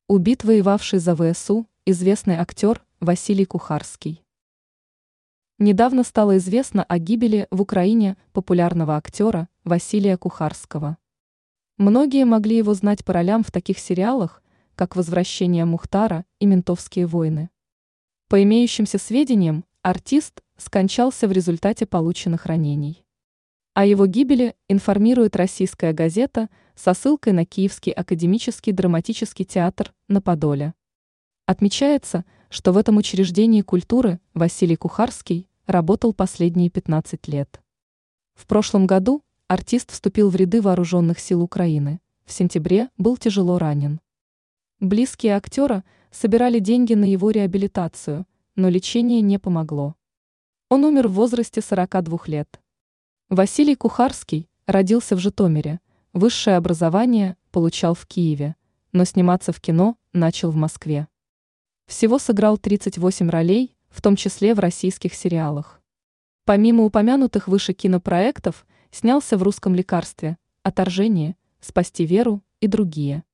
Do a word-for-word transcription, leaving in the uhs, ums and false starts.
Убит воевавший за ВСУ известный актер Василий Кухарский. Недавно стало известно о гибели в Украине популярного актера Василия Кухарского. Многие могли его знать по ролям в таких сериалах, как «Возвращение Мухтара» и «Ментовские войны». По имеющимся сведениям, артист скончался в результате полученных ранений. О его гибели информирует российская газета со ссылкой на Киевский академический драматический театр на Подоле. Отмечается, что в этом учреждении культуры Василий Кухарский работал последние пятнадцать лет. В прошлом году артист вступил в ряды вооруженных сил Украины, в сентябре был тяжело ранен. Близкие актера собирали деньги на его реабилитацию, но лечение не помогло. Он умер в возрасте сорока двух лет. Василий Кухарский родился в Житомире, высшее образование получал в Киеве, но сниматься в кино начал в Москве. Всего сыграл тридцать восемь ролей, в том числе в российских сериалах. Помимо упомянутых выше кинопроектов, снялся в «Русском лекарстве», «Отторжение», «Спасти Веру» и другие.